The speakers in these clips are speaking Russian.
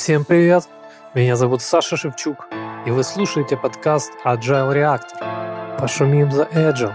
Всем привет! Меня зовут Саша Шевчук, и вы слушаете подкаст Agile Reactor. Пошумим за Agile.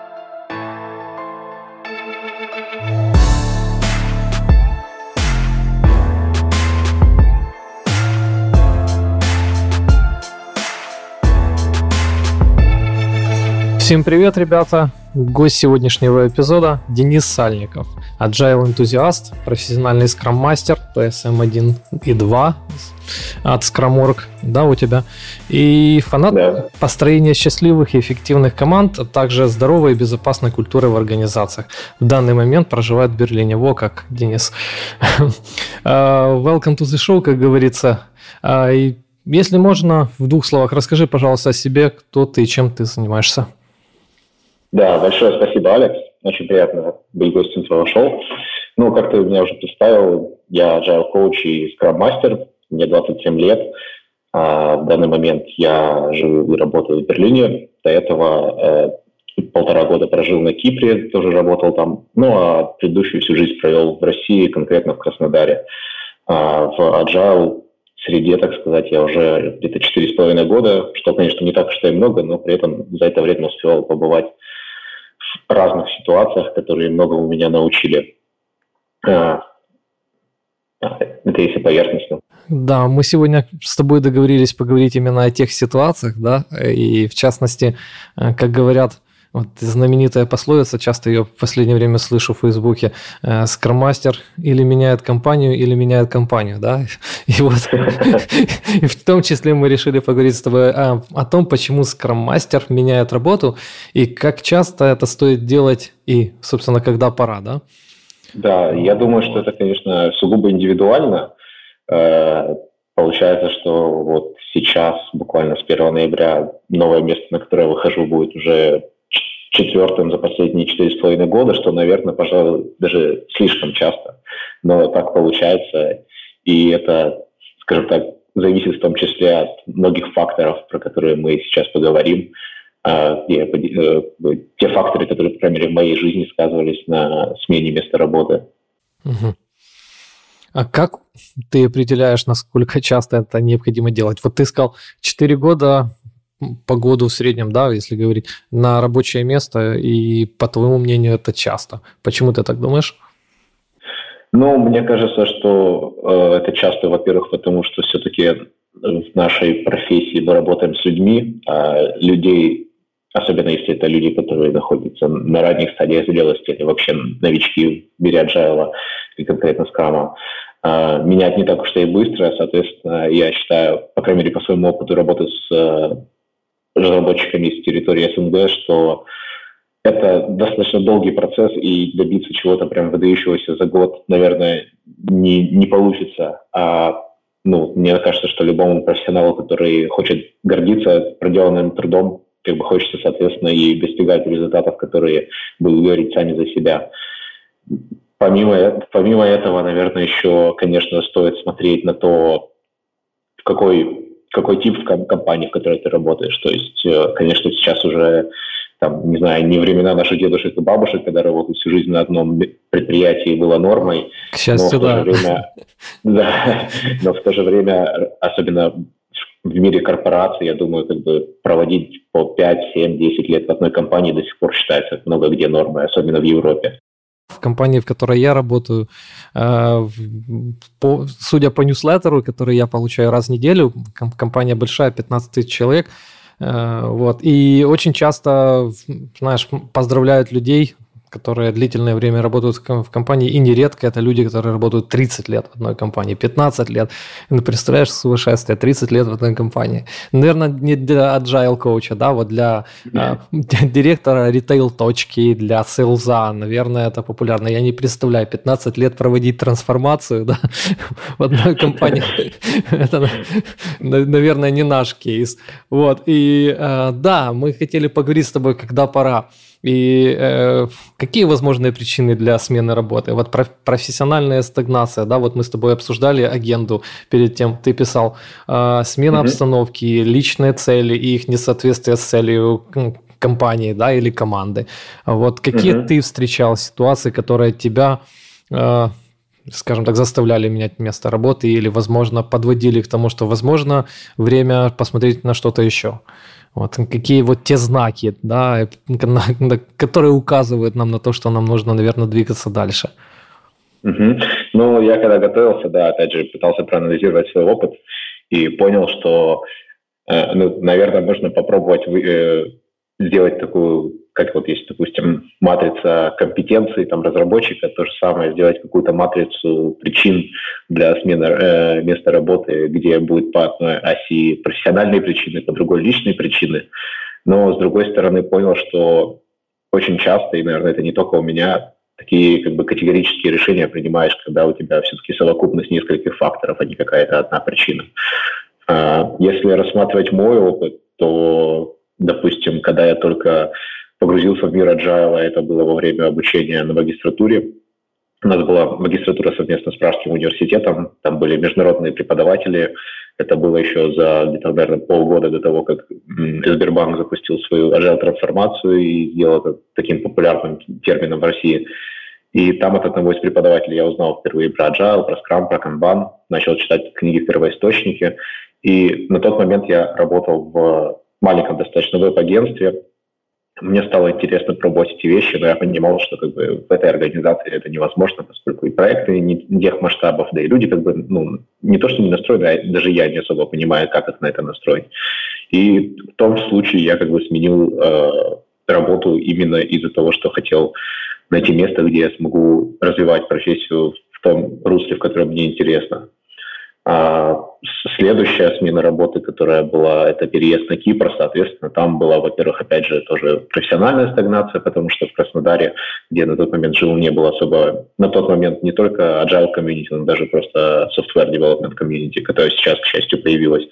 Всем привет, ребята! Гость сегодняшнего эпизода Денис Сальников, Agile-энтузиаст, профессиональный скрам-мастер PSM 1 и 2 от Scrum.org, да, у тебя, и фанат построения счастливых и эффективных команд, а также здоровой и безопасной культуры в организациях. В данный момент проживает в Берлине. Во как, Денис. Welcome to the show, как говорится. И если можно, в двух словах расскажи, пожалуйста, о себе, кто ты и чем ты занимаешься. Да, большое спасибо, Алекс. Очень приятно быть гостем твоего шоу. Ну, как ты меня уже представил, я agile коуч и скрам-мастер. Мне 27 лет. В данный момент я живу и работаю в Берлине. До этого 1,5 года прожил на Кипре, тоже работал там. Ну, а предыдущую всю жизнь провел в России, конкретно в Краснодаре. В agile среде, так сказать, я уже где-то 4,5 года, что, конечно, не так уж и много, но при этом за это время успевал побывать в разных ситуациях, которые многому меня научили. Это если поверхностно. Да, мы сегодня с тобой договорились поговорить именно о тех ситуациях, да, и в частности, как говорят, вот знаменитая пословица, часто ее в последнее время слышу в Фейсбуке, скрам-мастер или меняет компанию, или меняет компанию, да, и вот и в том числе мы решили поговорить с тобой о том, почему скрам-мастер меняет работу, и как часто это стоит делать, и, собственно, когда пора, да? Да, я думаю, что это, конечно, сугубо индивидуально. Получается, что вот сейчас, буквально с 1 ноября, новое место, на которое я выхожу, будет уже 4-м за последние 4,5 года, что, наверное, пожалуй, даже слишком часто. Но так получается, и это, скажем так, зависит в том числе от многих факторов, про которые мы сейчас поговорим. Те факторы, которые, по крайней мере, в моей жизни сказывались на смене места работы. Угу. А как ты определяешь, насколько часто это необходимо делать? Вот ты сказал, 4 года по году в среднем, да, если говорить, на рабочее место, и, по твоему мнению, это часто. Почему ты так думаешь? Ну, мне кажется, что это часто, во-первых, потому что все-таки в нашей профессии мы работаем с людьми, а людей, особенно если это люди, которые находятся на ранних стадиях зрелости, или вообще новички в мире agile и конкретно скрама, менять не так уж и быстро. Соответственно, я считаю, по крайней мере, по своему опыту работы с разработчиками из территории СНГ, что это достаточно долгий процесс, и добиться чего-то прям выдающегося за год, наверное, не получится. Мне кажется, что любому профессионалу, который хочет гордиться проделанным трудом, как бы хочется, соответственно, и достигать результатов, которые будут говорить сами за себя. Помимо этого, наверное, еще, конечно, стоит смотреть на то, какой тип компании, в которой ты работаешь. То есть, конечно, сейчас уже, не знаю, не времена наших дедушек и бабушек, когда работать всю жизнь на одном предприятии было нормой. К счастью, Но в то же время, особенно в мире корпораций, я думаю, проводить по 5, 7, 10 лет в одной компании до сих пор считается много где нормой, особенно в Европе. В компании, в которой я работаю, судя по ньюслеттеру, который я получаю раз в неделю, компания большая, 15 тысяч человек, вот, и очень часто, знаешь, поздравляют людей, которые длительное время работают в компании, и нередко это люди, которые работают 30 лет в одной компании, 15 лет. Ну, представляешь, сумасшествие, 30 лет в одной компании. Наверное, не для agile коуча, да, вот для директора ритейл-точки, для сейлза, наверное, это популярно. Я не представляю, 15 лет проводить трансформацию, да, в одной компании. Это, наверное, не наш кейс. Вот, и да, мы хотели поговорить с тобой, когда пора. И какие возможные причины для смены работы? Вот профессиональная стагнация, да, вот мы с тобой обсуждали агенду перед тем, ты писал, смена обстановки, личные цели и их несоответствие с целью компании, да, или команды. Вот какие ты встречал ситуации, которые тебя скажем так, заставляли менять место работы или, возможно, подводили к тому, что, возможно, время посмотреть на что-то еще? Вот какие вот те знаки, да, которые указывают нам на то, что нам нужно, наверное, двигаться дальше? Ну, я когда готовился, да, опять же, пытался проанализировать свой опыт и понял, что, наверное, можно попробовать сделать такую, как вот есть, допустим, матрица компетенций там разработчика, то же самое, сделать какую-то матрицу причин для смены места работы, где будет по одной оси профессиональные причины, по другой личные причины. Но, с другой стороны, понял, что очень часто, и, наверное, это не только у меня, такие как бы категорические решения принимаешь, когда у тебя все-таки совокупность нескольких факторов, а не какая-то одна причина. Если рассматривать мой опыт, то, допустим, когда я только погрузился в мир Agile, это было во время обучения на магистратуре. У нас была магистратура совместно с Пражским университетом, там были международные преподаватели. Это было еще за где-то, наверное, полгода до того, как Сбербанк запустил свою Agile-трансформацию и сделал это таким популярным термином в России. И там от одного из преподавателей я узнал впервые про Agile, про Scrum, про Kanban, начал читать книги первоисточники. И на тот момент я работал в маленьком достаточно веб-агентстве. Мне стало интересно пробовать эти вещи, но я понимал, что как бы в этой организации это невозможно, поскольку и проекты не тех масштабов, да и люди как бы, не то что не настроены, а даже я не особо понимаю, как их на это настроить. И в том случае я как бы сменил работу именно из-за того, что хотел найти место, где я смогу развивать профессию в том русле, в котором мне интересно. Следующая смена работы, которая была, это переезд на Кипр, соответственно, там была, во-первых, опять же, тоже профессиональная стагнация, потому что в Краснодаре, где я на тот момент жил, не было особо, на тот момент не только Agile комьюнити, но даже просто software development комьюнити, которая сейчас, к счастью, появилась.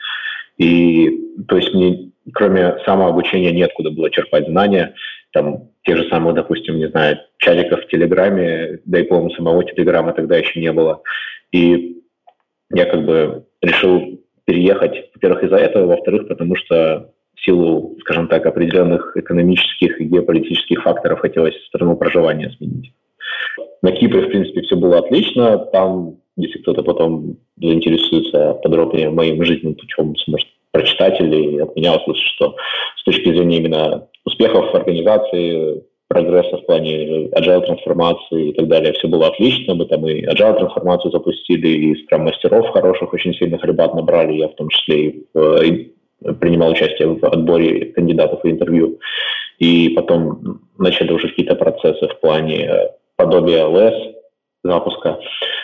И, то есть, мне, кроме самообучения, неоткуда было черпать знания, там, те же самые, допустим, не знаю, чатиков в Телеграме, да и, по-моему, самого Телеграма тогда еще не было. И я как бы решил переехать, во-первых, из-за этого, во-вторых, потому что в силу, скажем так, определенных экономических и геополитических факторов хотелось страну проживания сменить. На Кипре, в принципе, все было отлично. Там, если кто-то потом заинтересуется подробнее моим жизненным путем, сможет прочитать или от меня услышать, что с точки зрения именно успехов организации, прогресса в плане agile-трансформации и так далее, все было отлично. Мы там и agile-трансформацию запустили, и скрам-мастеров хороших, очень сильных ребят набрали. Я в том числе и принимал участие в отборе кандидатов и интервью. И потом начали уже какие-то процессы в плане подобия LS запуска.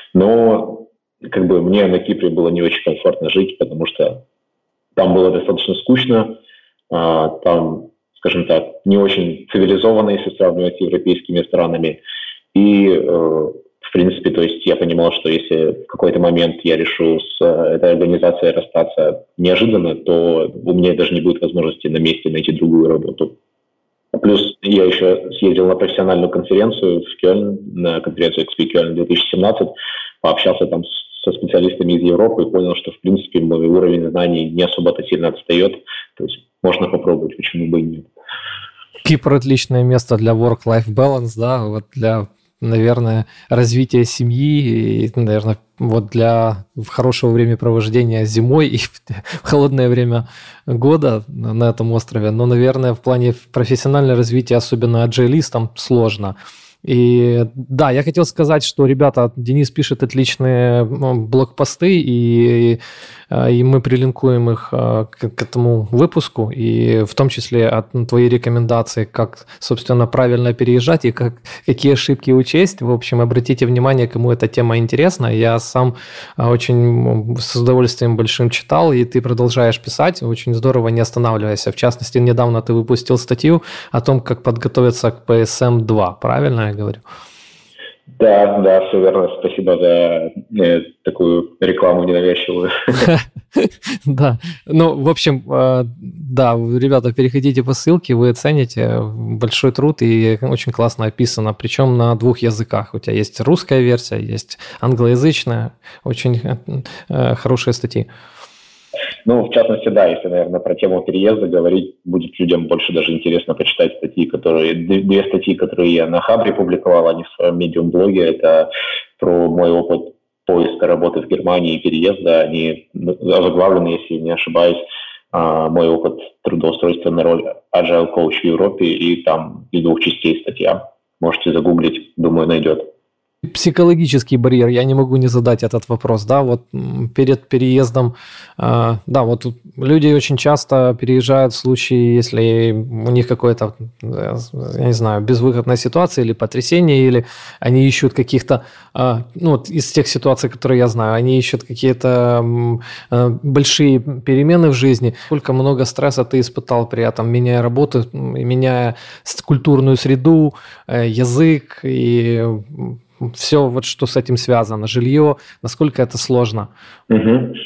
Но как бы мне на Кипре было не очень комфортно жить, потому что там было достаточно скучно, там, скажем так, не очень цивилизованно, если сравнивать с европейскими странами. И, в принципе, то есть я понимал, что если в какой-то момент я решу с этой организацией расстаться неожиданно, то у меня даже не будет возможности на месте найти другую работу. Плюс я еще съездил на профессиональную конференцию в Кёльн, на конференцию XP Кёльн 2017, пообщался там со специалистами из Европы и понял, что, в принципе, мой уровень знаний не особо-то сильно отстает. То есть можно попробовать, почему бы и нет. Кипр – отличное место для work-life balance, да, вот для, наверное, развития семьи и, наверное, вот для хорошего времяпровождения зимой и в холодное время года на этом острове. Но, наверное, в плане профессионального развития, особенно аджайлистам, сложно. И да, я хотел сказать, что, ребята, Денис пишет отличные блогпосты, и мы прилинкуем их к этому выпуску, и в том числе от твоей рекомендации, как, собственно, правильно переезжать и какие ошибки учесть. В общем, обратите внимание, кому эта тема интересна. Я сам очень с удовольствием большим читал, и ты продолжаешь писать. Очень здорово, не останавливайся. В частности, недавно ты выпустил статью о том, как подготовиться к PSM-2. Правильно я говорю? Да, все верно. Спасибо за такую рекламу ненавязчивую. Да, ну, в общем, да, ребята, переходите по ссылке, вы оцените большой труд и очень классно описано, причем на 2 языках. У тебя есть русская версия, есть англоязычная, очень хорошие статьи. Ну, в частности, да, если, наверное, про тему переезда говорить, будет людям больше даже интересно почитать статьи, 2 статьи, которые я на Хабре публиковал, они в своем медиум-блоге. Это про мой опыт поиска работы в Германии и переезда. Они озаглавлены, если не ошибаюсь, мой опыт трудоустройства на роль Agile Coach в Европе, и там из 2 частей статья. Можете загуглить, думаю, найдет. Психологический барьер, я не могу не задать этот вопрос, да, вот перед переездом, да, вот люди очень часто переезжают в случае, если у них какой-то, я не знаю, безвыходная ситуация или потрясение, или они ищут каких-то, ну, вот из тех ситуаций, которые я знаю, они ищут какие-то большие перемены в жизни. Сколько много стресса ты испытал при этом, меняя работу, меняя культурную среду, язык и все, вот что с этим связано, жилье, насколько это сложно? Ну,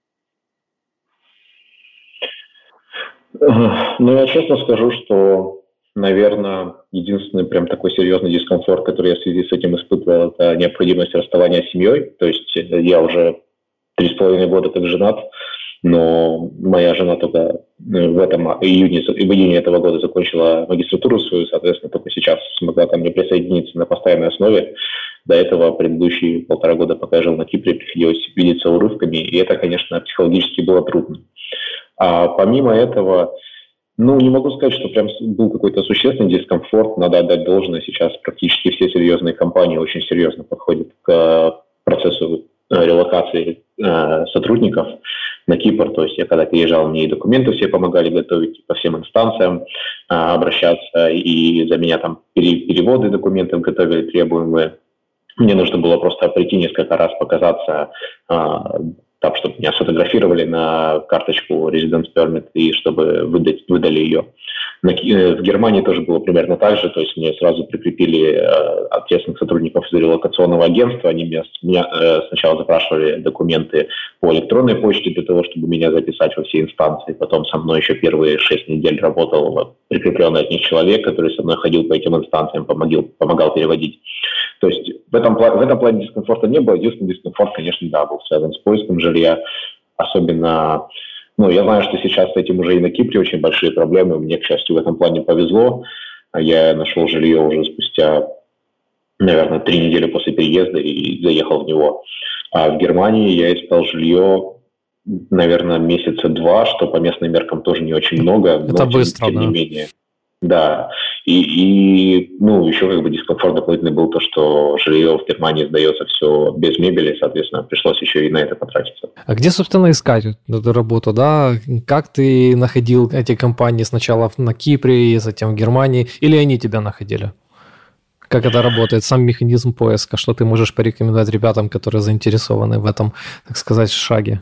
я честно скажу, что, наверное, единственный прям такой серьезный дискомфорт, который я в связи с этим испытывал, это необходимость расставания с семьей. То есть я уже 3,5 года как женат, но моя жена только в июне этого года закончила магистратуру свою, соответственно, только сейчас смогла ко мне присоединиться на постоянной основе. До этого предыдущие 1,5 года, пока я жил на Кипре, приходилось видеться урывками, и это, конечно, психологически было трудно. А помимо этого, ну, не могу сказать, что прям был какой-то существенный дискомфорт. Надо отдать должное, сейчас практически все серьезные компании очень серьезно подходят к процессу релокации сотрудников на Кипр. То есть я когда переезжал, мне и документы все помогали готовить, по всем инстанциям обращаться, и за меня там переводы документов готовили требуемые. Мне нужно было просто прийти несколько раз показаться, там, чтобы меня сфотографировали на карточку Residence Permit и чтобы выдали ее. В Германии тоже было примерно так же, то есть мне сразу прикрепили ответственных сотрудников из релокационного агентства, они меня сначала запрашивали документы по электронной почте для того, чтобы меня записать во все инстанции, потом со мной еще первые 6 недель работал прикрепленный от них человек, который со мной ходил по этим инстанциям, помогал переводить. То есть в этом плане дискомфорта не было, единственный дискомфорт, конечно, да, был связан с поиском жилья, особенно... Ну, я знаю, что сейчас с этим уже и на Кипре очень большие проблемы. Мне, к счастью, в этом плане повезло. Я нашел жилье уже спустя, наверное, 3 недели после переезда и заехал в него. А в Германии я искал жилье, наверное, месяца 2, что по местным меркам тоже не очень много. Это быстро, тем не менее. Да. И ну, еще как бы дискомфорт дополнительный был то, что жилье в Германии сдается все без мебели, соответственно, пришлось еще и на это потратиться. А где, собственно, искать эту работу, да? Как ты находил эти компании сначала на Кипре, затем в Германии, или они тебя находили? Как это работает, сам механизм поиска? Что ты можешь порекомендовать ребятам, которые заинтересованы в этом, так сказать, шаге?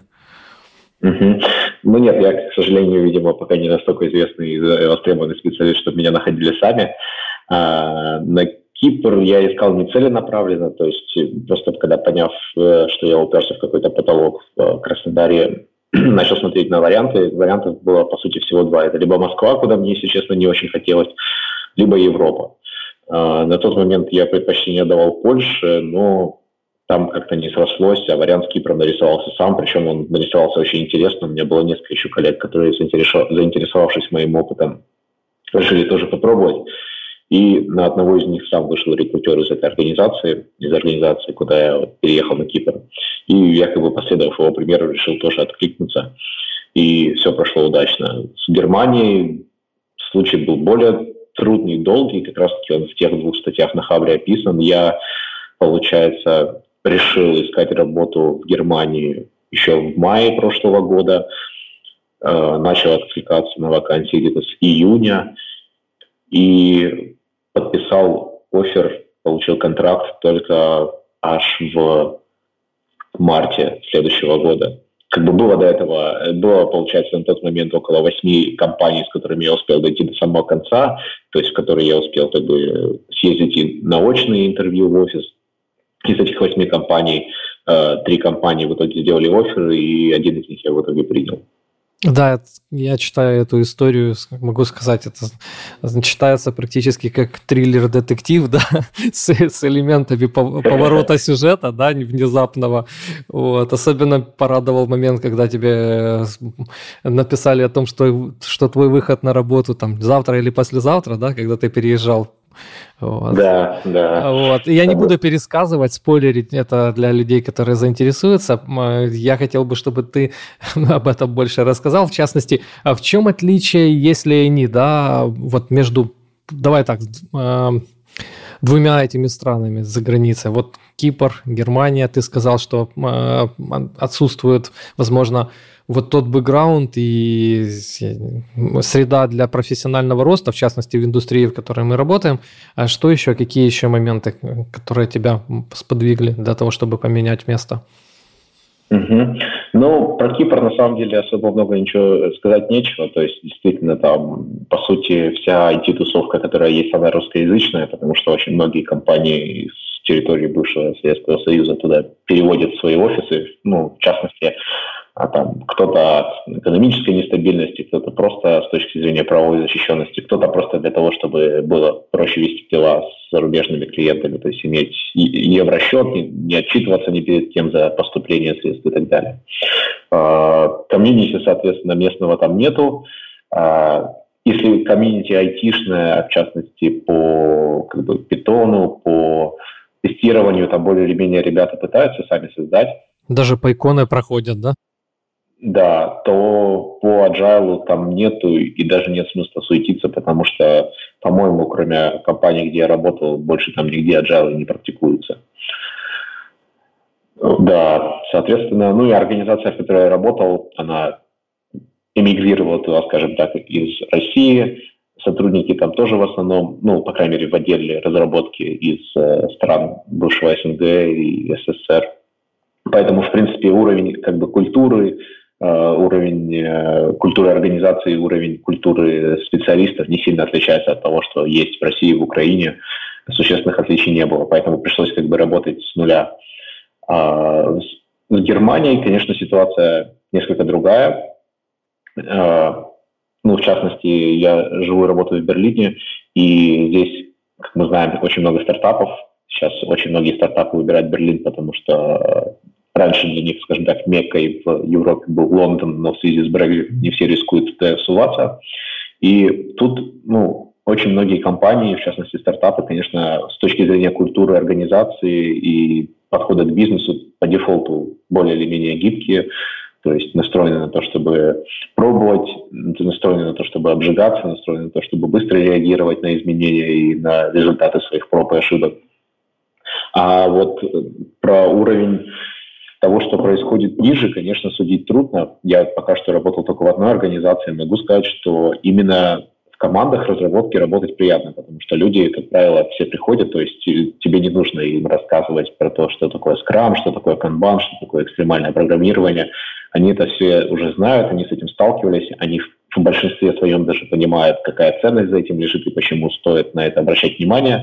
Ну нет, я, к сожалению, видимо, пока не настолько известный и востребованный специалист, чтобы меня находили сами. На Кипр я искал не целенаправленно, то есть просто когда поняв, что я уперся в какой-то потолок в Краснодаре, начал смотреть на варианты. Вариантов было, по сути, всего 2. Это либо Москва, куда мне, если честно, не очень хотелось, либо Европа. На тот момент я предпочтение давал Польше, но там как-то не срослось, а вариант с Кипром нарисовался сам, причем он нарисовался очень интересно. У меня было несколько еще коллег, которые, заинтересовавшись моим опытом, решили тоже попробовать. И на одного из них сам вышел рекрутер из организации, куда я переехал на Кипр. И я, как бы последовав его примеру, решил тоже откликнуться. И все прошло удачно. С Германией случай был более трудный и долгий, как раз-таки он в тех 2 статьях на Хабре описан. Я, получается, решил искать работу в Германии еще в мае прошлого года, начал откликаться на вакансии где-то с июня и подписал оффер, получил контракт только аж в марте следующего года. Как бы было, получается, на тот момент около 8 компаний, с которыми я успел дойти до самого конца, то есть в которые я успел как бы съездить и на очные интервью в офис. Из этих 8 компаний 3 компании в итоге сделали оффер, и один из них я в итоге принял. Да, я читаю эту историю, могу сказать, это читается практически как триллер-детектив, да, с элементами поворота сюжета, да, внезапного. Вот. Особенно порадовал момент, когда тебе написали о том, что твой выход на работу там завтра или послезавтра, да, когда ты переезжал Вот. Да. Вот. И я не буду пересказывать, спойлерить это для людей, которые заинтересуются. Я хотел бы, чтобы ты об этом больше рассказал. В частности, в чем отличие, если они, да, вот между, давай так, двумя этими странами за границей. Вот Кипр, Германия, ты сказал, что отсутствует, возможно, вот тот бэкграунд и среда для профессионального роста, в частности, в индустрии, в которой мы работаем. А что еще, какие еще моменты, которые тебя сподвигли для того, чтобы поменять место? Угу. Ну, про Кипр, на самом деле, особо много ничего сказать нечего. То есть, действительно, там, по сути, вся IT-тусовка, которая есть, она русскоязычная, потому что очень многие компании с территории бывшего Советского Союза туда переводят свои офисы. Ну, в частности, там кто-то от экономической нестабильности, кто-то просто с точки зрения правовой защищенности, кто-то просто для того, чтобы было проще вести дела с зарубежными клиентами, то есть иметь евросчет, не отчитываться ни перед кем за поступление средств и так далее. Комьюнити, соответственно, местного там нету. Если комьюнити айтишное, в частности, по питону, по тестированию, там более или менее ребята пытаются сами создать. Даже по иконе проходят, да? Да, то по agile там нету и даже нет смысла суетиться, потому что, по-моему, кроме компании, где я работал, больше там нигде agile не практикуется. Да, соответственно, ну и организация, в которой я работал, она эмигрировала туда, скажем так, из России. Сотрудники там тоже в основном, ну, по крайней мере, в отделе разработки из стран бывшего СНГ и СССР. Поэтому, в принципе, уровень культуры, уровень культуры организации, уровень культуры специалистов не сильно отличается от того, что есть в России и в Украине. Существенных отличий не было, поэтому пришлось работать с нуля. С Германией, конечно, ситуация несколько другая. Ну, в частности, я живу и работаю в Берлине, и здесь, как мы знаем, очень много стартапов. Сейчас очень многие стартапы выбирают Берлин, потому что раньше для них, скажем так, Меккой в Европе был Лондон, но в связи с Brexit не все рискуют туда всуваться. И тут, ну, очень многие компании, в частности стартапы, конечно, с точки зрения культуры организации и подхода к бизнесу по дефолту более или менее гибкие, то есть настроены на то, чтобы пробовать, настроены на то, чтобы обжигаться, настроены на то, чтобы быстро реагировать на изменения и на результаты своих проб и ошибок. А вот про уровень того, что происходит ниже, конечно, судить трудно. Я пока что работал только в одной организации. Могу сказать, что именно в командах разработки работать приятно, потому что люди, как правило, все приходят, то есть тебе не нужно им рассказывать про то, что такое Scrum, что такое Kanban, что такое экстремальное программирование. Они это все уже знают, они с этим сталкивались, они в большинстве своем даже понимают, какая ценность за этим лежит и почему стоит на это обращать внимание.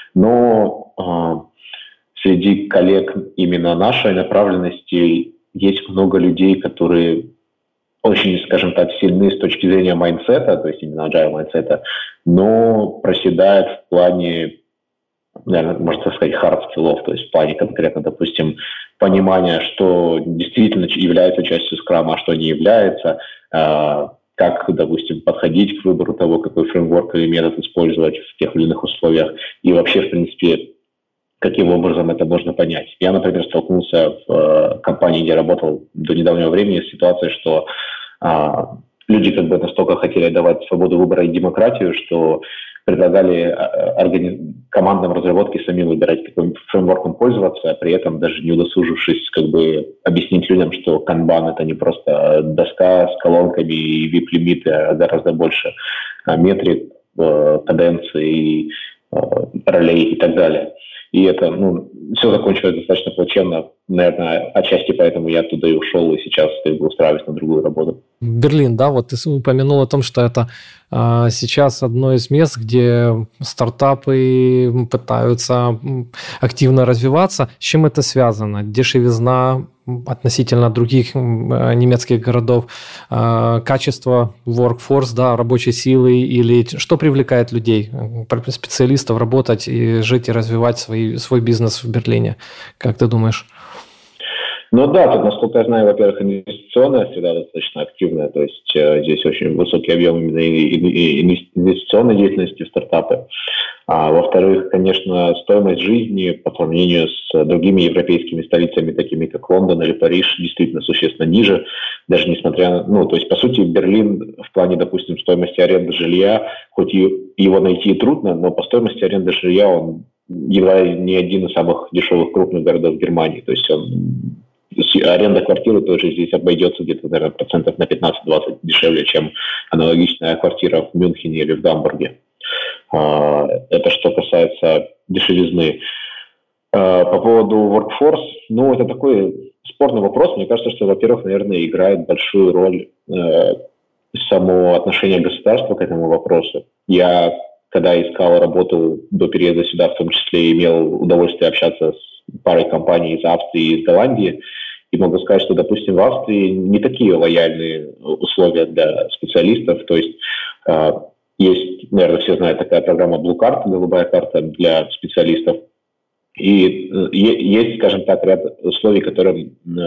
Но среди коллег именно нашей направленности есть много людей, которые очень, скажем так, сильны с точки зрения майндсета, то есть именно agile майндсета, но проседают в плане, наверное, можно так сказать, hard-скиллов, то есть в плане конкретно, допустим, понимания, что действительно является частью скрама, а что не является, как, допустим, подходить к выбору того, какой фреймворк или метод использовать в тех или иных условиях, и вообще, в принципе, каким образом это можно понять. Я, например, столкнулся в компании, где работал до недавнего времени, с ситуацией, что люди настолько хотели давать свободу выбора и демократию, что предлагали командам разработки самим выбирать, каким фреймворком пользоваться, а при этом даже не удосужившись объяснить людям, что Kanban — это не просто доска с колонками и VIP-лимиты, а гораздо больше метрик, каденций, ролей и так далее. И это, все закончилось достаточно плачевно. Наверное, отчасти поэтому я оттуда и ушел, и сейчас устраиваюсь на другую работу. Берлин, да, вот ты упомянул о том, что это сейчас одно из мест, где стартапы пытаются активно развиваться. С чем это связано? Дешевизна относительно других немецких городов, качество workforce, да, рабочей силы, или что привлекает людей, специалистов работать и жить и развивать свой бизнес в Берлине? Как ты думаешь? Ну да, тут, насколько я знаю, во-первых, инвестиционная среда достаточно активная, то есть здесь очень высокий объем именно инвестиционной деятельности в стартапы. А во-вторых, конечно, стоимость жизни по сравнению с другими европейскими столицами, такими как Лондон или Париж, действительно существенно ниже, даже несмотря на... Ну, то есть, по сути, Берлин в плане, допустим, стоимости аренды жилья, хоть и его найти и трудно, но по стоимости аренды жилья он едва не один из самых дешевых крупных городов Германии. То есть аренда квартиры тоже здесь обойдется где-то, наверное, процентов на 15-20 дешевле, чем аналогичная квартира в Мюнхене или в Гамбурге. Это что касается дешевизны. По поводу workforce, ну, это такой спорный вопрос. Мне кажется, что, во-первых, наверное, играет большую роль само отношение государства к этому вопросу. Я, когда искал работу до переезда сюда, в том числе имел удовольствие общаться с парой компаний из Австрии и из Голландии, и могу сказать, что, допустим, в Австрии не такие лояльные условия для специалистов. То есть есть, наверное, все знают, такая программа Blue Card, голубая карта для специалистов. И есть, скажем так, ряд условий, которые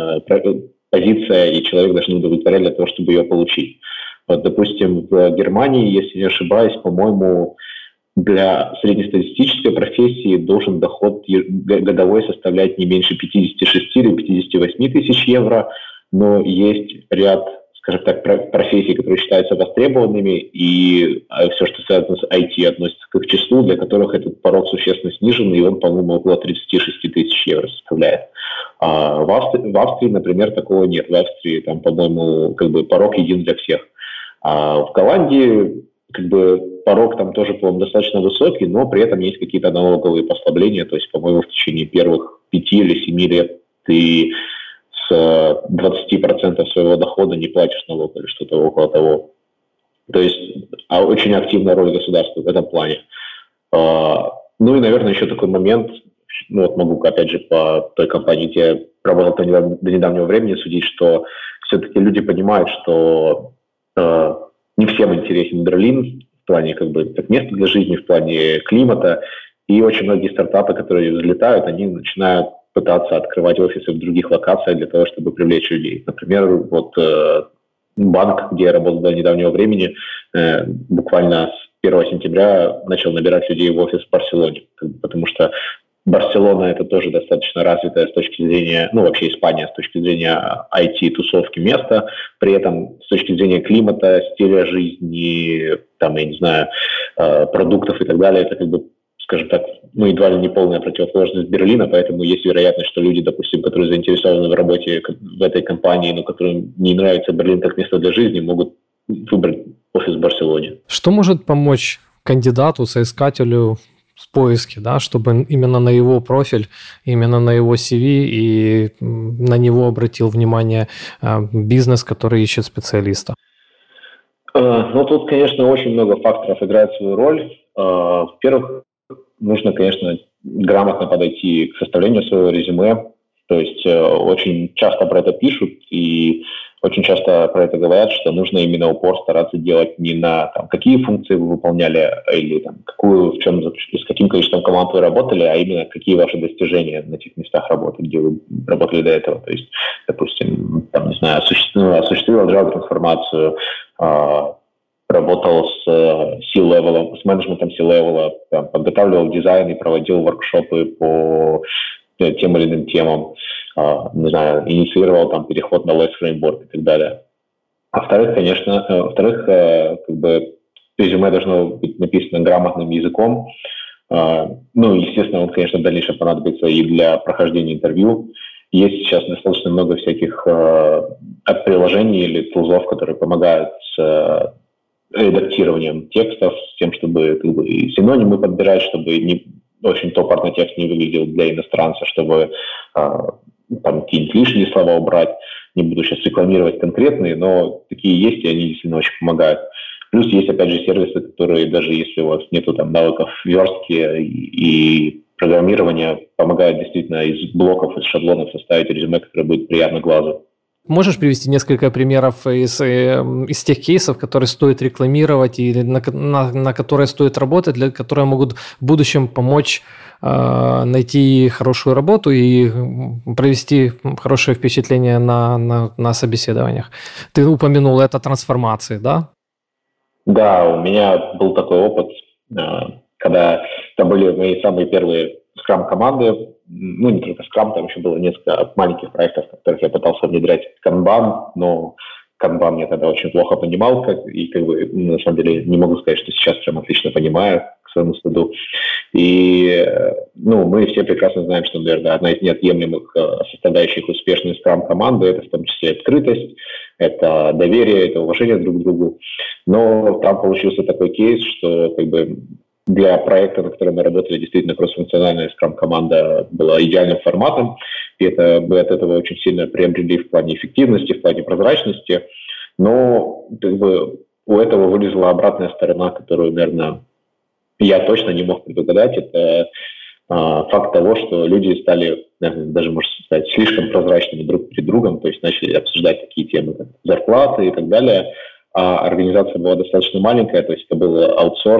позиция и человек должны удовлетворять для того, чтобы ее получить. Вот, допустим, в Германии, если не ошибаюсь, по-моему, для среднестатистической профессии должен доход годовой составлять не меньше 56 или 58 тысяч евро, но есть ряд, скажем так, профессий, которые считаются востребованными, и все, что связано с IT, относится к их числу, для которых этот порог существенно снижен, и он, по-моему, около 36 тысяч евро составляет. А в Австрии, например, такого нет. В Австрии, там, по-моему, как бы порог един для всех. А в Голландии как бы порог там тоже, по-моему, достаточно высокий, но при этом есть какие-то налоговые послабления, то есть, по-моему, в течение первых 5 или 7 лет ты с 20% своего дохода не платишь налог или что-то около того. То есть очень активная роль государства в этом плане. Ну и, наверное, еще такой момент, ну вот могу, опять же, по той компании, где я работал до недавнего времени, судить, что все-таки люди понимают, что не всем интересен Берлин в плане как бы как место для жизни, в плане климата, и очень многие стартапы, которые взлетают, они начинают пытаться открывать офисы в других локациях для того, чтобы привлечь людей. Например, вот банк, где я работал до недавнего времени, буквально с 1 сентября начал набирать людей в офис в Барселоне, потому что Барселона – это тоже достаточно развитая с точки зрения, ну, вообще Испания с точки зрения IT-тусовки место, при этом с точки зрения климата, стиля жизни, там, я не знаю, продуктов и так далее, это как бы, скажем так, ну, едва ли не полная противоположность Берлина, поэтому есть вероятность, что люди, допустим, которые заинтересованы в работе в этой компании, но которым не нравится Берлин как место для жизни, могут выбрать офис в Барселоне. Что может помочь кандидату, соискателю в поиске, да, чтобы именно на его профиль, именно на его CV и на него обратил внимание бизнес, который ищет специалиста? Ну, тут, конечно, очень много факторов играет свою роль. Во-первых, нужно, конечно, грамотно подойти к составлению своего резюме. То есть очень часто про это пишут и очень часто про это говорят, что нужно именно упор стараться делать не на там, какие функции вы выполняли или там, с каким количеством команд вы работали, а именно какие ваши достижения на тех местах работы, где вы работали до этого. То есть, допустим, там, не знаю, осуществил Java-трансформацию, работал с C-level, с менеджментом C-level, подготавливал дизайн и проводил воркшопы по тем или иным темам, не знаю, инициировал там переход на LESS фреймворк и так далее. А во-вторых, конечно, как бы резюме должно быть написано грамотным языком. Ну, естественно, он, конечно, в дальнейшем понадобится и для прохождения интервью. Есть сейчас достаточно много всяких приложений или тулзов, которые помогают с редактированием текстов, с тем, чтобы как бы, и синонимы подбирать, чтобы не очень топорный текст не выглядел для иностранца, чтобы там какие-нибудь лишние слова убрать. Не буду сейчас рекламировать конкретные, но такие есть, и они действительно очень помогают. Плюс есть, опять же, сервисы, которые даже если у вас нету там навыков верстки и программирования, помогают действительно из блоков, из шаблонов составить резюме, которое будет приятно глазу. Можешь привести несколько примеров из тех кейсов, которые стоит рекламировать или на которые стоит работать, которые могут в будущем помочь найти хорошую работу и провести хорошее впечатление на собеседованиях. Ты упомянул это трансформации, да? Да, у меня был такой опыт, когда это были мои самые первые скрам-команды, ну, не только скрам, там еще было несколько маленьких проектов, в которых я пытался внедрять канбан, но канбан я тогда очень плохо понимал, и на самом деле не могу сказать, что сейчас прям отлично понимаю, к своему стыду. И, мы все прекрасно знаем, что, наверное, одна из неотъемлемых составляющих успешной скрам-команды – это в том числе открытость, это доверие, это уважение друг к другу. Но там получился такой кейс, что для проекта, на котором мы работали, действительно кроссфункциональная скрам-команда была идеальным форматом, и мы от этого очень сильно приобрели в плане эффективности, в плане прозрачности, но у этого вылезла обратная сторона, которую, наверное, я точно не мог предугадать. Это факт того, что люди стали, наверное, даже, можно сказать, слишком прозрачными друг перед другом, то есть начали обсуждать такие темы, как зарплаты и так далее, а организация была достаточно маленькая, то есть это был аутсорс,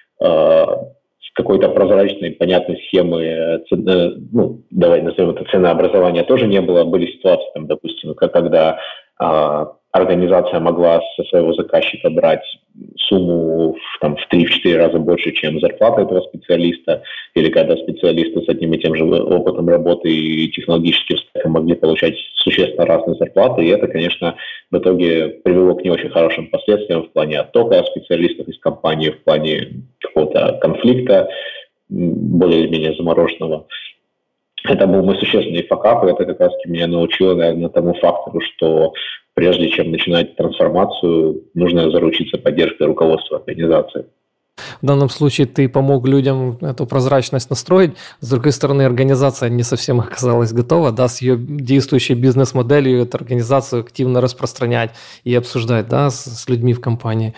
с какой-то прозрачной, понятной схемы, давай назовем это ценообразования, тоже не было. Были ситуации, допустим, когда организация могла со своего заказчика брать сумму в 3-4 раза больше, чем зарплата этого специалиста, или когда специалисты с одним и тем же опытом работы и технологическим стеком могли получать существенно разные зарплаты, и это, конечно, в итоге привело к не очень хорошим последствиям в плане оттока специалистов из компании, в плане какого-то конфликта, более или менее замороженного. Это был мой существенный факап, и это как раз меня научило, наверное, тому фактору, что прежде чем начинать трансформацию, нужно заручиться поддержкой руководства организации. В данном случае ты помог людям эту прозрачность настроить. С другой стороны, организация не совсем оказалась готова, да, с ее действующей бизнес-моделью эту организацию активно распространять и обсуждать, да, с людьми в компании.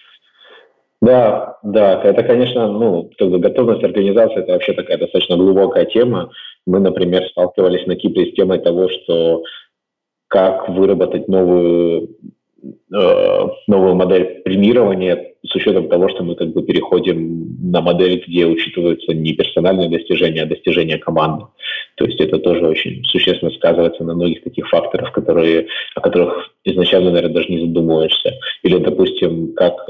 Да, это, конечно, готовность организации – это вообще такая достаточно глубокая тема. Мы, например, сталкивались на Кипре с темой того, что как выработать новую модель премирования с учетом того, что мы переходим на модель, где учитываются не персональные достижения, а достижения команды. То есть это тоже очень существенно сказывается на многих таких факторах, о которых изначально, наверное, даже не задумываешься. Или, допустим, как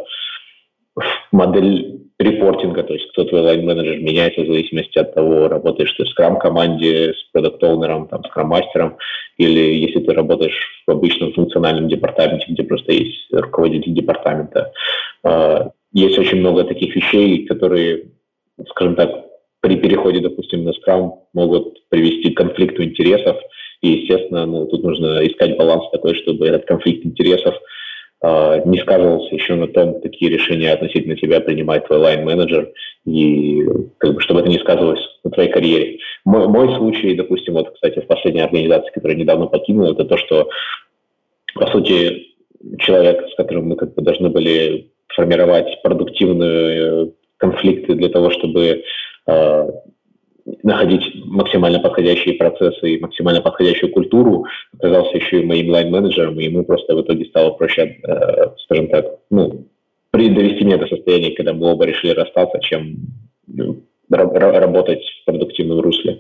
модель репортинга, то есть кто твой лайн-менеджер меняется в зависимости от того, работаешь ты в скрам-команде, с продакт-оунером, скрам-мастером, или если ты работаешь в обычном функциональном департаменте, где просто есть руководитель департамента. Есть очень много таких вещей, которые, скажем так, при переходе, допустим, на скрам могут привести к конфликту интересов, и, естественно, тут нужно искать баланс такой, чтобы этот конфликт интересов не сказывался еще на том, какие решения относительно тебя принимает твой лайн-менеджер, и чтобы это не сказывалось на твоей карьере. Мой случай, допустим, кстати, в последней организации, которую я недавно покинул, это то, что, по сути, человек, с которым мы должны были формировать продуктивные конфликты для того, чтобы находить максимально подходящие процессы и максимально подходящую культуру, оказался еще и моим лайн-менеджером, и ему просто в итоге стало проще, скажем так, довести меня до состояния, когда мы оба решили расстаться, чем работать в продуктивном русле.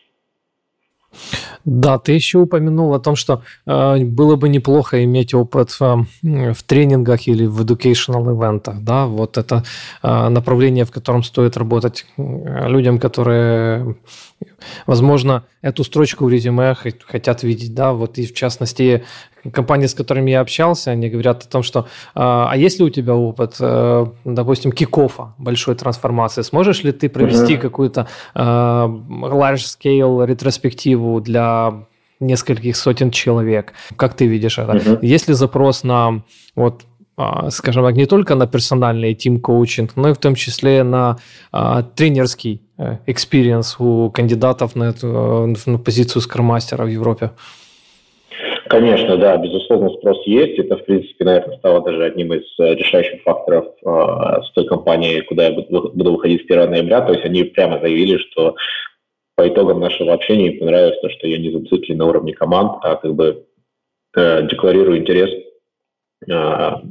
Да, ты еще упомянул о том, что было бы неплохо иметь опыт в тренингах или в educational ивентах, да, вот это направление, в котором стоит работать людям, которые, возможно, эту строчку в резюме хотят видеть, да, вот и в частности компании, с которыми я общался, они говорят о том, что а есть ли у тебя опыт, допустим, кик-оффа большой трансформации? Сможешь ли ты провести какую-то large-scale ретроспективу для нескольких сотен человек? Как ты видишь это? Есть ли запрос на, скажем так, не только на персональный тим-коучинг, но и в том числе на тренерский экспириенс у кандидатов на эту позицию скрам-мастера в Европе? Конечно, да, безусловно, спрос есть. Это, в принципе, наверное, стало даже одним из решающих факторов с той компанией, куда я буду выходить с 1 ноября. То есть они прямо заявили, что по итогам нашего общения им понравилось то, что я не зациклен на уровне команд, а декларирую интерес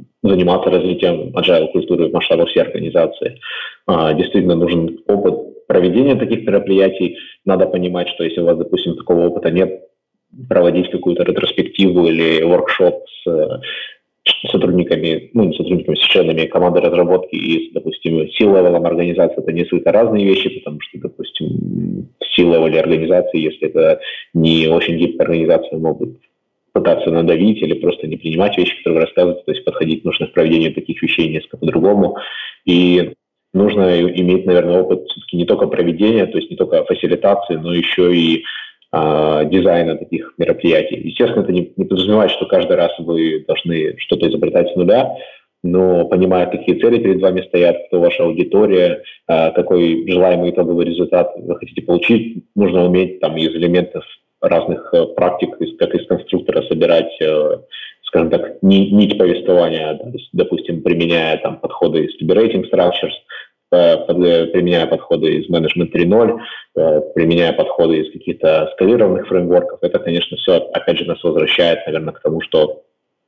заниматься развитием agile культуры в масштабах всей организации. Действительно нужен опыт проведение таких мероприятий. Надо понимать, что если у вас, допустим, такого опыта нет, проводить какую-то ретроспективу или воркшоп с сотрудниками, не сотрудниками, с членами команды разработки и, допустим, C-level организации, это несколько разные вещи, потому что, допустим, в C-level организации, если это не очень гибкая организация, могут пытаться надавить или просто не принимать вещи, которые вы рассказываете, то есть подходить нужно к проведению таких вещей несколько по-другому. И нужно иметь, наверное, опыт все-таки не только проведения, то есть не только фасилитации, но еще и дизайна таких мероприятий. Естественно, это не подразумевает, что каждый раз вы должны что-то изобретать с нуля, но понимая, какие цели перед вами стоят, кто ваша аудитория, какой желаемый итоговый результат вы хотите получить, нужно уметь там из элементов разных практик, как из конструктора собирать, скажем так, нить повествования, да, допустим, применяя там подходы из liberating structures, применяя подходы из Management 3.0, применяя подходы из каких-то скалированных фреймворков. Это, конечно, все, опять же, нас возвращает, наверное, к тому, что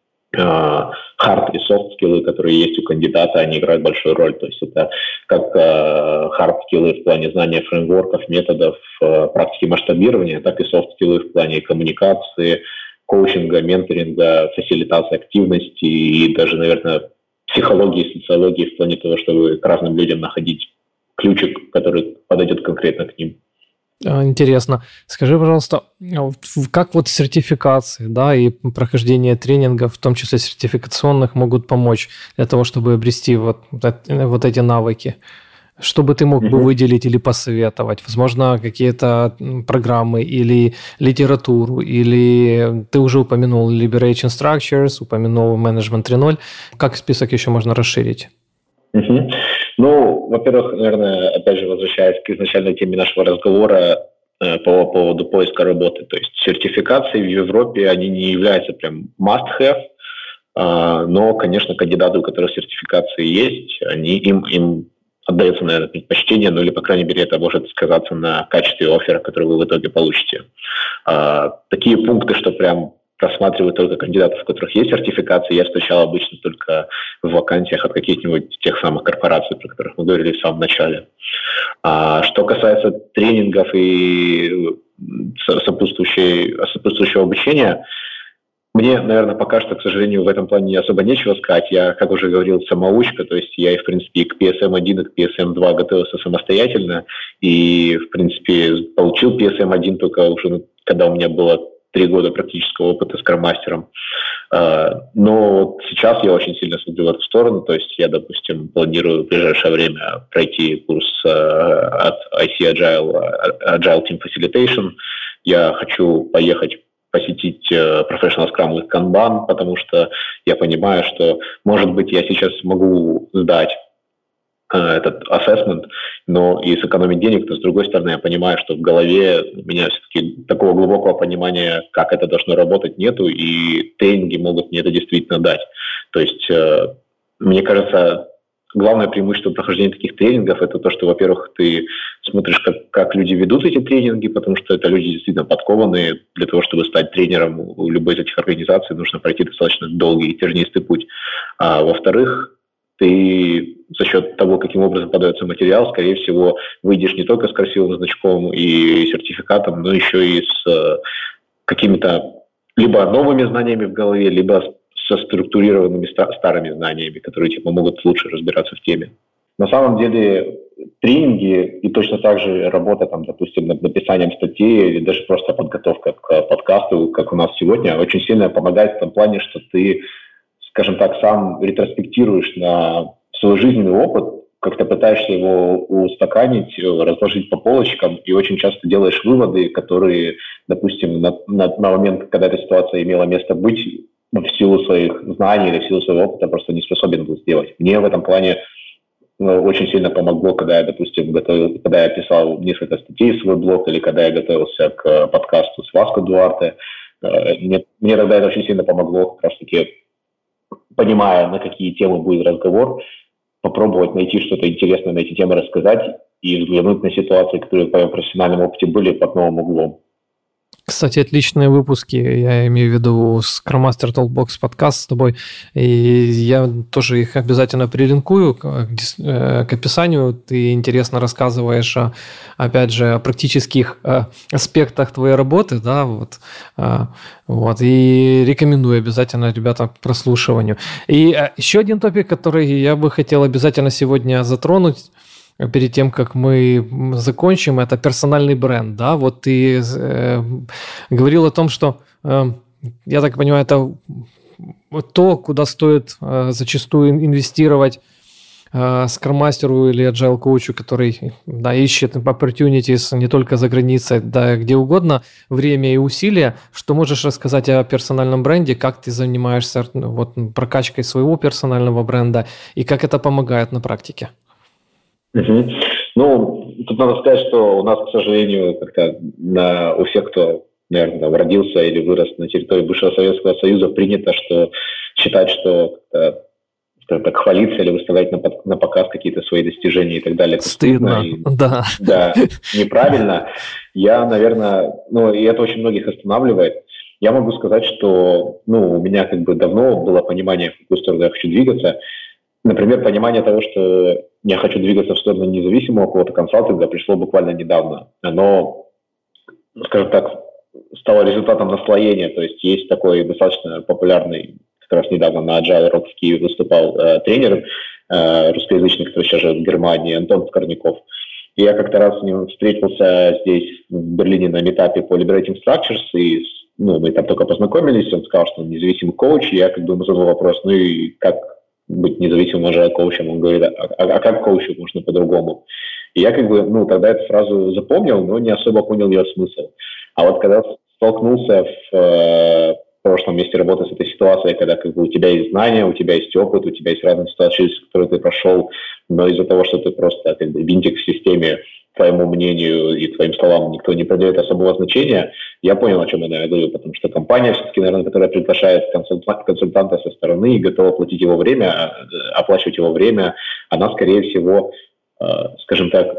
hard и soft скиллы, которые есть у кандидата, они играют большую роль. То есть это как hard скиллы в плане знания фреймворков, методов, практики масштабирования, так и soft скиллы в плане коммуникации, коучинга, менторинга, фасилитации активности и даже, наверное, психологии, социологии в плане того, чтобы к разным людям находить ключик, который подойдет конкретно к ним. Интересно. Скажи, пожалуйста, как вот сертификации, да, и прохождение тренингов, в том числе сертификационных, могут помочь для того, чтобы обрести вот эти навыки? Что бы ты мог бы выделить или посоветовать? Возможно, какие-то программы или литературу, или ты уже упомянул Liberation Structures, упомянул Management 3.0. Как список еще можно расширить? Ну, во-первых, наверное, опять же, возвращаясь к изначальной теме нашего разговора по поводу поиска работы. То есть сертификации в Европе, они не являются прям must-have, но, конечно, кандидаты, у которых сертификации есть, им отдается, наверное, предпочтение, или, по крайней мере, это может сказаться на качестве оффера, который вы в итоге получите. Такие пункты, что прям рассматривают только кандидатов, у которых есть сертификации, я встречал обычно только в вакансиях от каких-нибудь тех самых корпораций, про которых мы говорили в самом начале. Что касается тренингов и сопутствующего обучения, мне, наверное, пока что, к сожалению, в этом плане особо нечего сказать. Я, как уже говорил, самоучка, то есть я, в принципе, и к PSM-1, и к PSM-2 готовился самостоятельно, и, в принципе, получил PSM-1 только уже, когда у меня было 3 года практического опыта скрам-мастером. Но сейчас я очень сильно смотрю в эту сторону, то есть я, допустим, планирую в ближайшее время пройти курс от IC Agile Team Facilitation. Я хочу поехать посетить Professional Scrum with Kanban, потому что я понимаю, что, может быть, я сейчас могу сдать этот ассессмент, но и сэкономить денег, но с другой стороны я понимаю, что в голове у меня все-таки такого глубокого понимания, как это должно работать, нету, и тренинги могут мне это действительно дать. То есть, мне кажется, главное преимущество прохождения таких тренингов – это то, что, во-первых, ты смотришь, как люди ведут эти тренинги, потому что это люди действительно подкованные. Для того, чтобы стать тренером у любой из этих организаций, нужно пройти достаточно долгий и тернистый путь. А во-вторых, ты за счет того, каким образом подается материал, скорее всего, выйдешь не только с красивым значком и сертификатом, но еще и с какими-то либо новыми знаниями в голове, либо со структурированными старыми знаниями, которые помогут лучше разбираться в теме. На самом деле тренинги и точно так же работа, допустим, над написанием статей или даже просто подготовка к подкасту, как у нас сегодня, очень сильно помогает в том плане, что ты, скажем так, сам ретроспектируешь на свой жизненный опыт, как-то пытаешься его устаканить, разложить по полочкам, и очень часто делаешь выводы, которые, допустим, на момент, когда эта ситуация имела место быть, в силу своих знаний или в силу своего опыта просто не способен был сделать. Мне в этом плане очень сильно помогло, когда я, допустим, когда я писал несколько статей в свой блог или когда я готовился к подкасту с Васко Дуарте. Мне тогда это очень сильно помогло, как раз-таки, понимая, на какие темы будет разговор, попробовать найти что-то интересное на эти темы, рассказать и взглянуть на ситуации, которые в моем профессиональном опыте были под новым углом. Кстати, отличные выпуски, я имею в виду Scrum Master Talkbox подкаст с тобой, и я тоже их обязательно прилинкую к описанию. Ты интересно рассказываешь, опять же, о практических аспектах твоей работы, да, вот, и рекомендую обязательно ребятам к прослушиванию. И еще один топик, который я бы хотел обязательно сегодня затронуть, перед тем, как мы закончим, это персональный бренд, да, вот ты говорил о том, что, я так понимаю, это то, куда стоит зачастую инвестировать скрам-мастеру или agile-коучу, который, да, ищет opportunities не только за границей, да, где угодно, время и усилия. Что можешь рассказать о персональном бренде, как ты занимаешься вот, прокачкой своего персонального бренда и как это помогает на практике? Угу. Ну, тут надо сказать, что у нас, к сожалению, как-то у всех, кто, наверное, там, родился или вырос на территории бывшего Советского Союза, принято считать, что так, хвалиться или выставлять на показ какие-то свои достижения и так далее. Это стыдно, да. Да, неправильно. Я, наверное, и это очень многих останавливает. Я могу сказать, что, у меня как бы давно было понимание, в какую сторону я хочу двигаться. Например, понимание того, что я хочу двигаться в сторону независимого какого-то консалтинга, пришло буквально недавно. Оно, скажем так, стало результатом наслоения. То есть есть такой достаточно популярный, как раз недавно на Agile Rock в Киеве выступал тренер русскоязычный, который сейчас живет в Германии, Антон Скорняков. И я как-то раз с ним встретился здесь, в Берлине, на митапе по Liberating Structures, и мы там только познакомились, он сказал, что он независимый коуч, и я как бы ему задал вопрос, и как быть независимым agile-коучем? Он говорит, а как коучу можно по-другому? И я как бы, тогда эту фразу запомнил, но не особо понял ее смысл. А вот когда столкнулся в прошлом месте работы с этой ситуацией, когда как бы у тебя есть знания, у тебя есть опыт, у тебя есть разные ситуации, через которые ты прошел, но из-за того, что ты просто как бы винтик в системе, твоему мнению и твоим словам никто не придает особого значения, я понял, о чем я говорю, потому что компания все-таки, наверное, которая приглашает консультанта со стороны и готова платить его время, оплачивать его время, она, скорее всего, скажем так,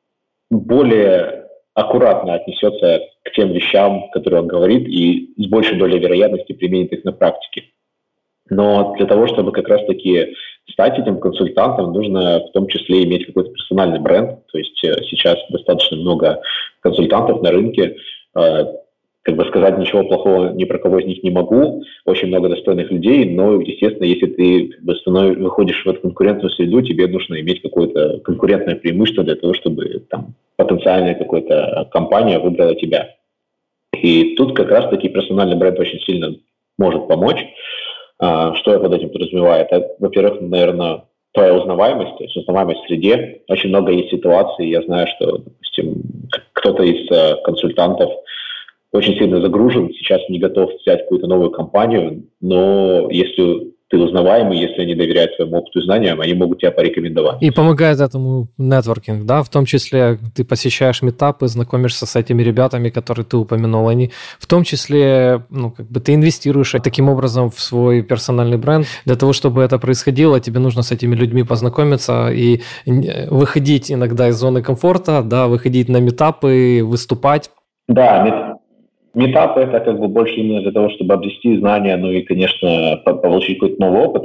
более аккуратно отнесется к тем вещам, которые он говорит, и с большей долей вероятности применит их на практике. Но для того, чтобы как раз-таки стать этим консультантом, нужно в том числе иметь какой-то персональный бренд. То есть сейчас достаточно много консультантов на рынке. Как бы сказать ничего плохого ни про кого из них не могу. Очень много достойных людей, но, естественно, если ты как бы выходишь в эту конкурентную среду, тебе нужно иметь какое-то конкурентное преимущество для того, чтобы там потенциальная какая-то компания выбрала тебя. И тут как раз-таки персональный бренд очень сильно может помочь. Что я под этим подразумеваю? Это, во-первых, наверное, твоя узнаваемость, то есть узнаваемость в среде. Очень много есть ситуаций. Я знаю, что, допустим, кто-то из консультантов очень сильно загружен, сейчас не готов взять какую-то новую компанию, но если ты узнаваемый, если они доверяют твоему опыту и знаниям, они могут тебя порекомендовать. И помогает этому нетворкинг, да, в том числе ты посещаешь митапы, знакомишься с этими ребятами, которые ты упомянул, они в том числе, как бы ты инвестируешь таким образом в свой персональный бренд. Для того, чтобы это происходило, тебе нужно с этими людьми познакомиться и выходить иногда из зоны комфорта, да, выходить на митапы, выступать. Да, митапы – это как бы больше именно для того, чтобы обрести знания, и, конечно, получить какой-то новый опыт.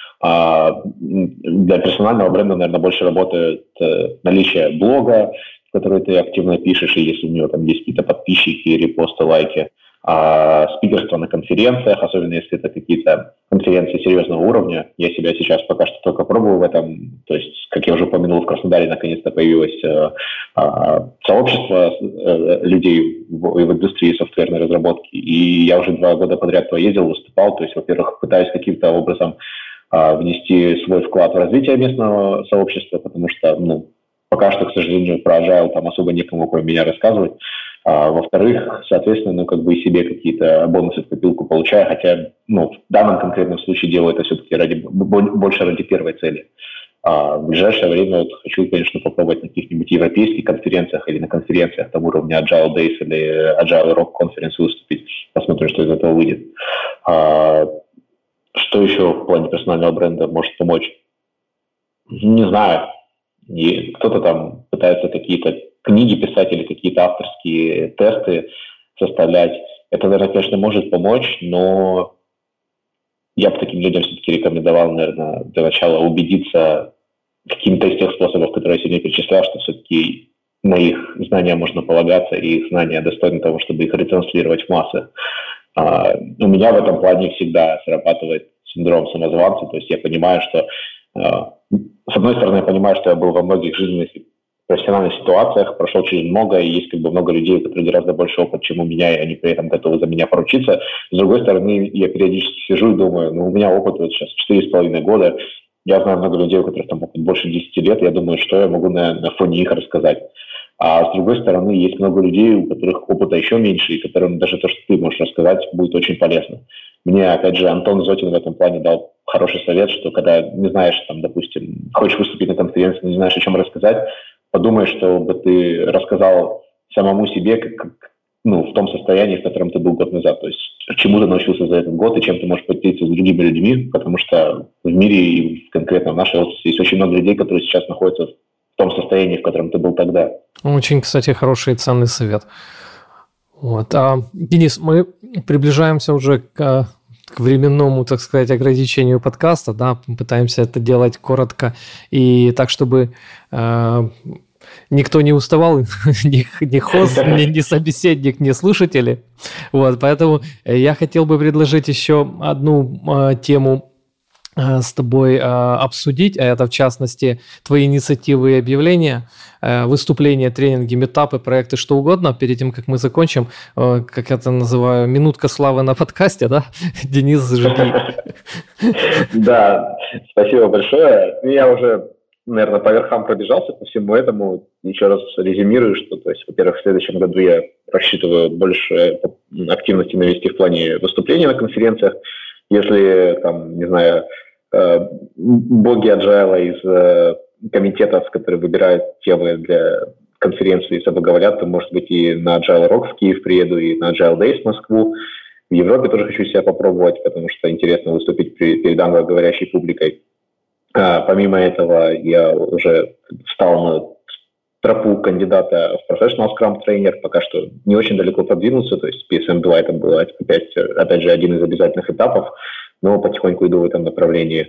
Для персонального бренда, наверное, больше работает наличие блога, в который ты активно пишешь, и если у него там есть какие-то подписчики, репосты, лайки, спикерство на конференциях, особенно если это какие-то конференции серьезного уровня. Я себя сейчас пока что только пробую в этом. То есть, как я уже упомянул, в Краснодаре наконец-то появилось сообщество людей в индустрии софтверной разработки. И я уже 2 года подряд поездил, выступал. То есть, во-первых, пытаюсь каким-то образом внести свой вклад в развитие местного сообщества, потому что, пока что, к сожалению, про Agile там особо некому, кроме меня, рассказывать. Во-вторых, соответственно, как бы и себе какие-то бонусы в копилку получаю, хотя, в данном конкретном случае делаю это все-таки больше ради первой цели. В ближайшее время хочу, конечно, попробовать на каких-нибудь европейских конференциях или на конференциях там уровня Agile Days или Agile Rock Conference выступить. Посмотрим, что из этого выйдет. Что еще в плане персонального бренда может помочь? Не знаю. И кто-то там пытается какие-то книги писать или какие-то авторские тесты. составлять. Это, наверное, конечно, может помочь, но я бы таким людям все-таки рекомендовал, наверное, для начала убедиться каким-то из тех способов, которые я сегодня перечислял, что все-таки на их знания можно полагаться, и их знания достойны того, чтобы их ретранслировать в массы. У меня в этом плане всегда срабатывает синдром самозванца, то есть я понимаю, что с одной стороны, я понимаю, что я был во многих жизненных и профессиональных ситуациях, прошел через много, и есть много людей, у которых гораздо больше опыта, чем у меня, и они при этом готовы за меня поручиться. С другой стороны, я периодически сижу и думаю, у меня опыт вот сейчас 4,5 года, я знаю много людей, у которых там опыт больше 10 лет, я думаю, что я могу на фоне их рассказать. А с другой стороны, есть много людей, у которых опыта еще меньше, и которым даже то, что ты можешь рассказать, будет очень полезно. Мне, опять же, Антон Зотин в этом плане дал хороший совет, что когда не знаешь, там, допустим, хочешь выступить на конференции, но не знаешь, о чем рассказать, подумай, чтобы ты рассказал самому себе, в том состоянии, в котором ты был год назад. То есть чему ты научился за этот год и чем ты можешь поделиться с другими людьми, потому что в мире и конкретно в нашей области есть очень много людей, которые сейчас находятся в том состоянии, в котором ты был тогда. Очень, кстати, хороший и ценный совет. Вот. Денис, мы приближаемся уже к временному, так сказать, ограничению подкаста, да, пытаемся это делать коротко и так, чтобы никто не уставал, ни хост, ни собеседник, ни слушатели. Вот, поэтому я хотел бы предложить еще одну тему с тобой обсудить, а это, в частности, твои инициативы и объявления, выступления, тренинги, митапы, проекты, что угодно. Перед тем, как мы закончим, как я это называю, минутка славы на подкасте, да? Денис, жги. Да, спасибо большое. Я уже, наверное, по верхам пробежался по всему этому. Еще раз резюмирую, что, то есть, во-первых, в следующем году я рассчитываю больше активности навести в плане выступлений на конференциях. Если, там, не знаю, боги Agile из комитетов, которые выбирают темы для конференции, соблаговолят, то, может быть, и на Agile Rock в Киев приеду, и на Agile Days в Москву. В Европе тоже хочу себя попробовать, потому что интересно выступить перед англоговорящей публикой. Помимо этого, я уже встал на тропу кандидата в Professional Scrum Trainer, пока что не очень далеко продвинулся, то есть PSM-2 это был опять же один из обязательных этапов, но потихоньку иду в этом направлении.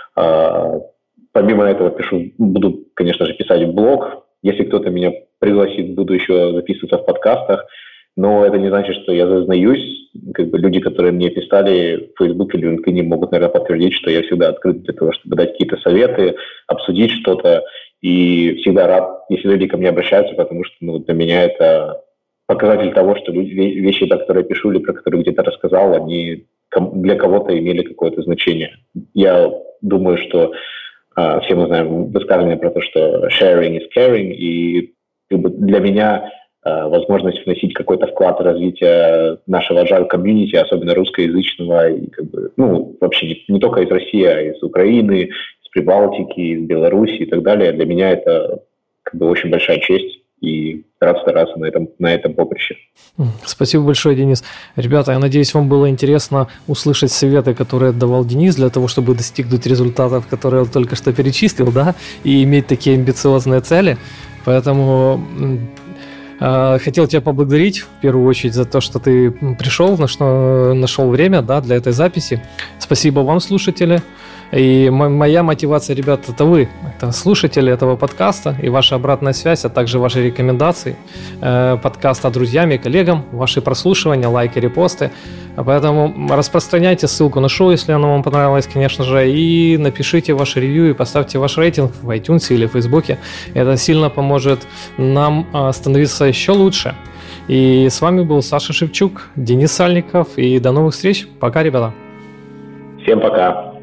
Помимо этого буду, конечно же, писать в блог. Если кто-то меня пригласит, буду еще записываться в подкастах, но это не значит, что я зазнаюсь. Люди, которые мне писали в Facebook или LinkedIn, могут, наверное, подтвердить, что я всегда открыт для того, чтобы дать какие-то советы, обсудить что-то. И всегда рад, если люди ко мне обращаются, потому что для меня это показатель того, что вещи, про которые я пишу или про которые где-то рассказал, они для кого-то имели какое-то значение. Я думаю, что все мы знаем высказывание про то, что sharing is caring, и для меня возможность вносить какой-то вклад в развитие нашего agile комьюнити, особенно русскоязычного, и вообще не только из России, а из Украины, из Прибалтики, из Беларуси и так далее. Для меня это очень большая честь, и рад стараться на этом поприще. Спасибо большое, Денис. Ребята, я надеюсь, вам было интересно услышать советы, которые давал Денис для того, чтобы достигнуть результатов, которые он только что перечислил, да, и иметь такие амбициозные цели. Поэтому хотел тебя поблагодарить в первую очередь за то, что ты пришел, нашел время, да, для этой записи. Спасибо вам, слушатели. И моя мотивация, ребята, это вы, это слушатели этого подкаста и ваша обратная связь, а также ваши рекомендации подкаста друзьям и коллегам, ваши прослушивания, лайки, репосты. Поэтому распространяйте ссылку на шоу, если оно вам понравилось, конечно же, и напишите ваше ревью и поставьте ваш рейтинг в iTunes или в Фейсбуке. Это сильно поможет нам становиться еще лучше. И с вами был Саша Шевчук, Денис Сальников, и до новых встреч. Пока, ребята. Всем пока.